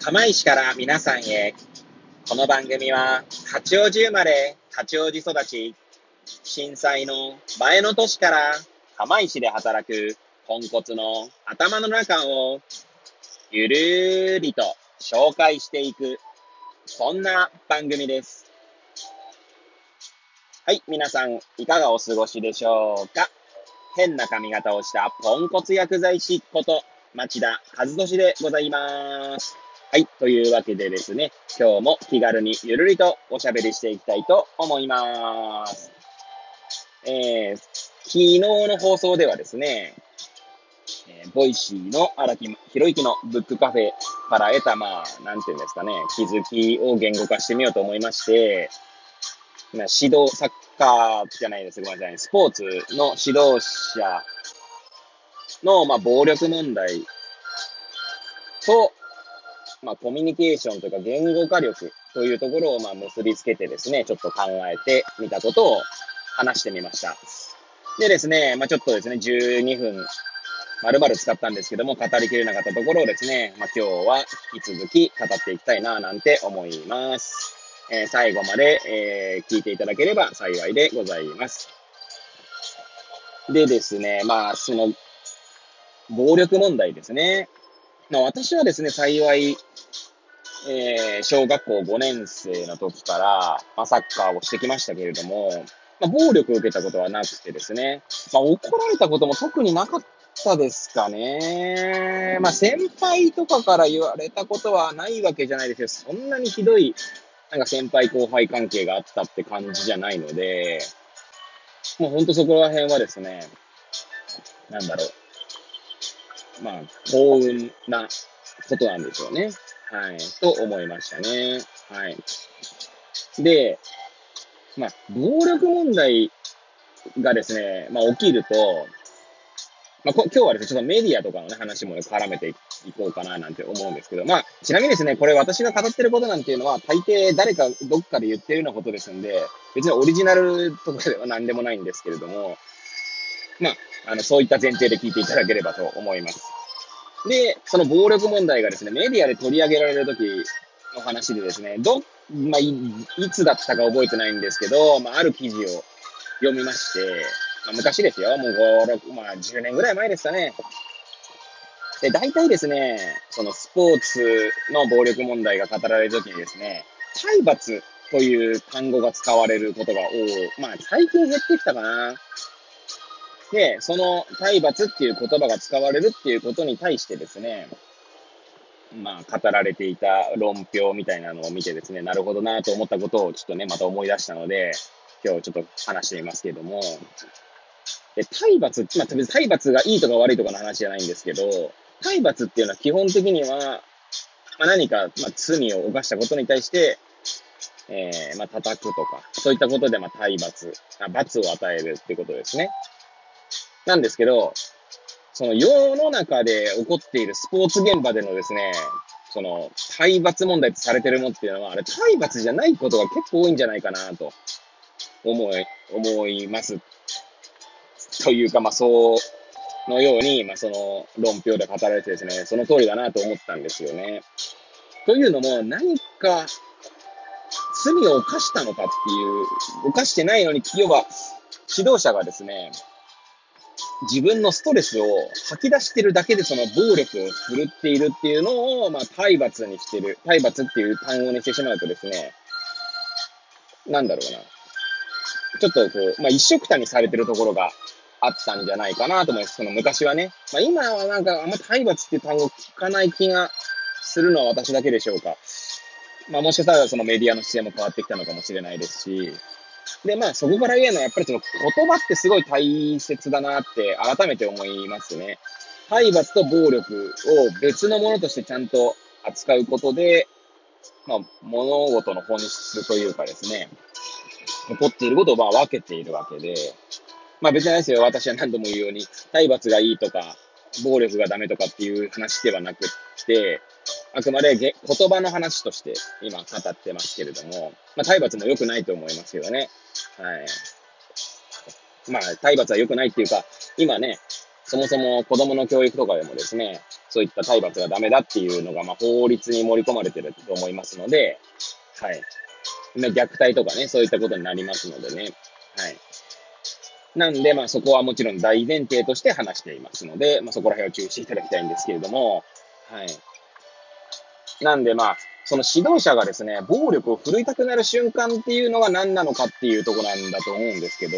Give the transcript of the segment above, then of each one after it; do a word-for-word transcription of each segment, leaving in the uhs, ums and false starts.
釜石から皆さんへ。この番組は八王子生まれ、八王子育ち、震災の前の年から釜石で働くポンコツの頭の中をゆるーりと紹介していく、そんな番組です。はい、皆さんいかがお過ごしでしょうか。変な髪型をしたポンコツ薬剤師こと町田和俊でございます。はい、というわけでですね、今日も気軽にゆるりとおしゃべりしていきたいと思います。えー、昨日の放送ではですね、えー、ボイシーの荒木博之のブックカフェから得た、まあ、なんていうんですかね、気づきを言語化してみようと思いまして、指導、サッカーじゃないです、ごめんなさい、スポーツの指導者の、まあ、暴力問題と、まあ、コミュニケーションというか言語化力というところを、まあ、結びつけてですね、ちょっと考えてみたことを話してみました。でですね、まあ、ちょっとですね、じゅうにふん、丸々使ったんですけども、語りきれなかったところをですね、まあ、今日は引き続き語っていきたいな、なんて思います。えー、最後まで、えー、聞いていただければ幸いでございます。でですね、まあ、その、暴力問題ですね。まあ、私はですね、幸い、えー、小学校ごねん生の時から、まあ、サッカーをしてきましたけれども、まあ、暴力を受けたことはなくてですね、まあ、怒られたことも特になかったですかね。まあ、先輩とかから言われたことはないわけじゃないですけど、そんなにひどい、なんか先輩後輩関係があったって感じじゃないので、もうほんとそこら辺はですね、なんだろう。まあ、幸運なことなんでしょうね。はい。と思いましたね。はい。で、まあ、暴力問題がですね、まあ、起きると、まあ、今日はですね、ちょっとメディアとかのね、話も、ね、絡めていこうかななんて思うんですけど、まあ、ちなみにですね、これ私が語ってることなんていうのは、大抵誰かどっかで言ってるようなことですんで、別にオリジナルとかでは何でもないんですけれども、まあ、あの、そういった前提で聞いていただければと思います。で、その暴力問題がですね、メディアで取り上げられるときの話でですね、ど、まあい、いつだったか覚えてないんですけど、まあ、ある記事を読みまして、まあ、昔ですよ、もうご、ろく、まあ、じゅうねんぐらい前ですかね。で、大体ですね、そのスポーツの暴力問題が語られるときにですね、体罰という単語が使われることが多い。まあ、最近減ってきたかな。で、その体罰っていう言葉が使われるっていうことに対してですね、まあ、語られていた論評みたいなのを見てですね、なるほどなと思ったことをちょっとね、また思い出したので、今日ちょっと話してみますけれども、で、体罰、まあ、体罰がいいとか悪いとかの話じゃないんですけど、体罰っていうのは基本的には、まあ、何か、まあ、罪を犯したことに対して、えー、まあ、叩くとか、そういったことで、まあ、体罰、罰を与えるってことですね。なんですけど、その世の中で起こっているスポーツ現場でのですね、その体罰問題とされてるものっていうのは、あれ体罰じゃないことが結構多いんじゃないかなと思い、思います。というか、まあそうのように、まあその論評で語られてですね、その通りだなと思ったんですよね。というのも、何か罪を犯したのかっていう、犯してないのに、要は指導者がですね、自分のストレスを吐き出してるだけでその暴力を振るっているっていうのを、まあ、体罰にしてる。体罰っていう単語にしてしまうとですね、なんだろうな。ちょっとこう、まあ、一緒くたにされてるところがあったんじゃないかなと思います。その昔はね。まあ、今はなんかあんま体罰っていう単語聞かない気がするのは私だけでしょうか。まあ、もしかしたらそのメディアの姿勢も変わってきたのかもしれないですし、で、まあ、そこから言えるのは、やっぱりその言葉ってすごい大切だなって改めて思いますね。体罰と暴力を別のものとしてちゃんと扱うことで、まあ、物事の本質というかですね、起こっていることをまあ分けているわけで、まあ別にないですよ。私は何度も言うように、体罰がいいとか、暴力がダメとかっていう話ではなくって、あくまで言葉の話として今語ってますけれども、まあ体罰も良くないと思いますよね。はい。まあ体罰は良くないっていうか、今ね、 そもそも子供の教育とかでもですね、そういった体罰がダメだっていうのが、まあ、法律に盛り込まれてると思いますので、はい。虐待とかね、そういったことになりますのでね。はい。なんで、まあそこはもちろん大前提として話していますので、まあそこら辺を注意していただきたいんですけれども、はい。なんでまあ、その指導者がですね、暴力を振るいたくなる瞬間っていうのは何なのかっていうところなんだと思うんですけど、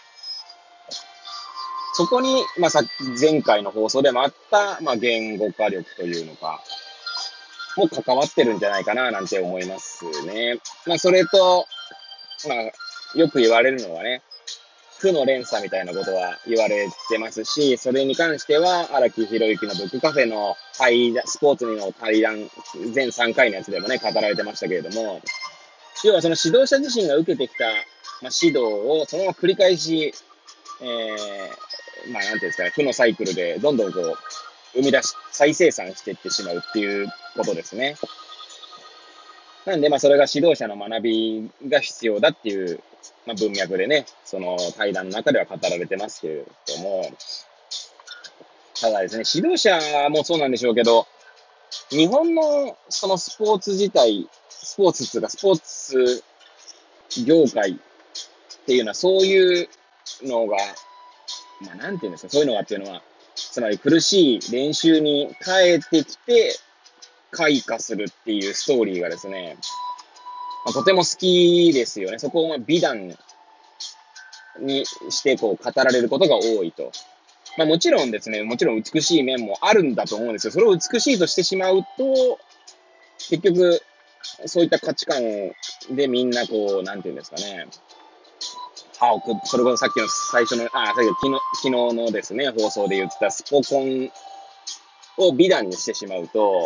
そこに、まあさ、前回の放送でもあった、まあ言語化力というのか、も関わってるんじゃないかななんて思いますね。まあそれと、まあ、よく言われるのはね、負の連鎖みたいなことは言われてますし、それに関しては、荒木博之のブックカフェの対談、スポーツの対談、全さんかいのやつでもね、語られてましたけれども、要はその指導者自身が受けてきた、まあ、指導をそのまま繰り返し、えー、まあ、なんていうんですかね、負のサイクルでどんどんこう、生み出し、再生産していってしまうっていうことですね。なんで、まあ、それが指導者の学びが必要だっていう、まあ、文脈でね、その対談の中では語られてますけれども、ただですね、指導者もそうなんでしょうけど、日本のそのスポーツ自体、スポーツっていうか、スポーツ業界っていうのは、そういうのが、まあ、なんていうんですか、そういうのがっていうのは、つまり苦しい練習に耐えてきて、開花するっていうストーリーがですね、まあ、とても好きですよね。そこをまあ美談にしてこう語られることが多いと。まあもちろんですね、もちろん美しい面もあるんだと思うんですよ。それを美しいとしてしまうと、結局、そういった価値観でみんなこう、なんていうんですかね、歯をく、それこそさっきの最初の、あ、さっき昨日、昨日のですね、放送で言ってたスポコンを美談にしてしまうと、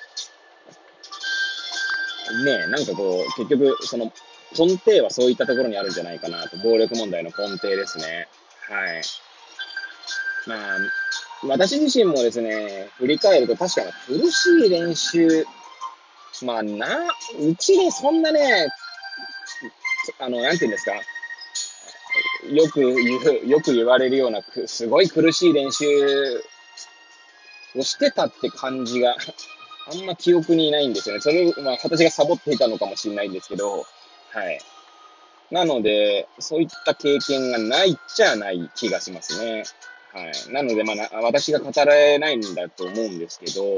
ねえ、なんかこう、結局、その、根底はそういったところにあるんじゃないかなと。暴力問題の根底ですね。はい。まあ、私自身もですね、振り返ると確かに苦しい練習、まあな、うちでそんなね、あの、なんていうんですか、よく言う、よく言われるような、すごい苦しい練習をしてたって感じが、あんま記憶にないんですよね。それを、まあ私がサボっていたのかもしれないんですけど、はい。なので、そういった経験がないっちゃない気がしますね。はい。なので、まあ、私が語れないんだと思うんですけど、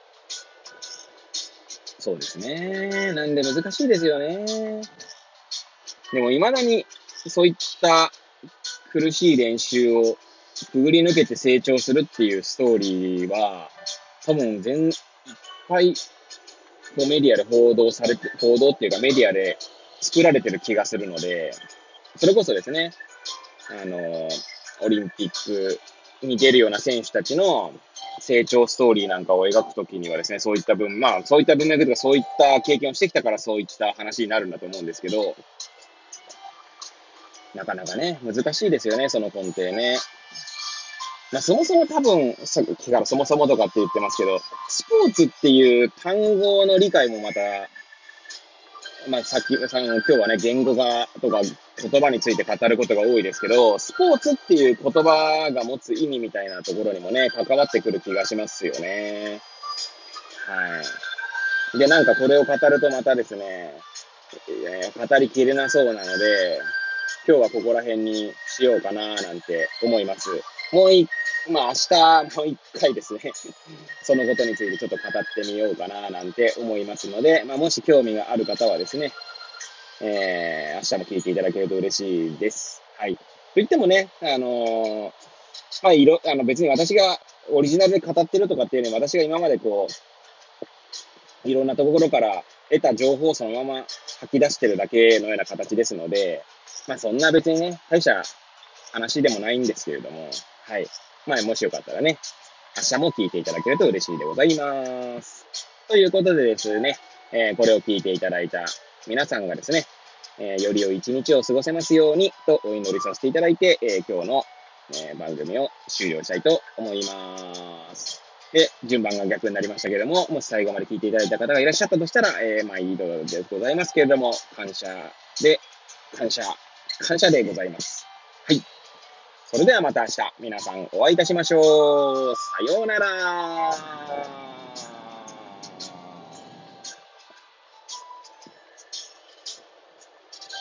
そうですね。なんで難しいですよね。でも、未だに、そういった苦しい練習をくぐり抜けて成長するっていうストーリーは、多分全、いっぱい、こうメディアで報道されて、報道っていうかメディアで作られてる気がするので、それこそですね、あの、オリンピックに出るような選手たちの成長ストーリーなんかを描くときにはですね、そういった分、まあ、そういった文脈とかそういった経験をしてきたからそういった話になるんだと思うんですけど、なかなかね、難しいですよね、その根底ね。まあ、そもそも多分、さっきからそもそもとかって言ってますけど、スポーツっていう単語の理解もまた、まあ、さっき、さ今日はね、言語化とか言葉について語ることが多いですけど、スポーツっていう言葉が持つ意味みたいなところにもね、関わってくる気がしますよね。はい。で、なんかこれを語るとまたですね、えー語りきれなそうなので、今日はここら辺にしようかななんて思います。もうい、まあ明日もう一回ですね、そのことについてちょっと語ってみようかななんて思いますので、まあもし興味がある方はですね、えー、明日も聞いていただけると嬉しいです。はい。と言ってもね、あのーまあ、いろ、あの別に私がオリジナルで語ってるとかっていうのは、私が今までこう、いろんなところから得た情報をそのまま吐き出してるだけのような形ですので、まあそんな別にね、大した話でもないんですけれども、はい。まあもしよかったらね、明日も聞いていただけると嬉しいでございます。ということでですね、えーこれを聞いていただいた皆さんがですね、えーより良い一日を過ごせますようにとお祈りさせていただいて、えー今日の、えー番組を終了したいと思います。で、順番が逆になりましたけれども、もし最後まで聞いていただいた方がいらっしゃったとしたら、えー、毎度でございますけれども、感謝で、感謝、感謝でございます。はい。 それではまた明日、皆さんお会いいたしましょう。さようなら。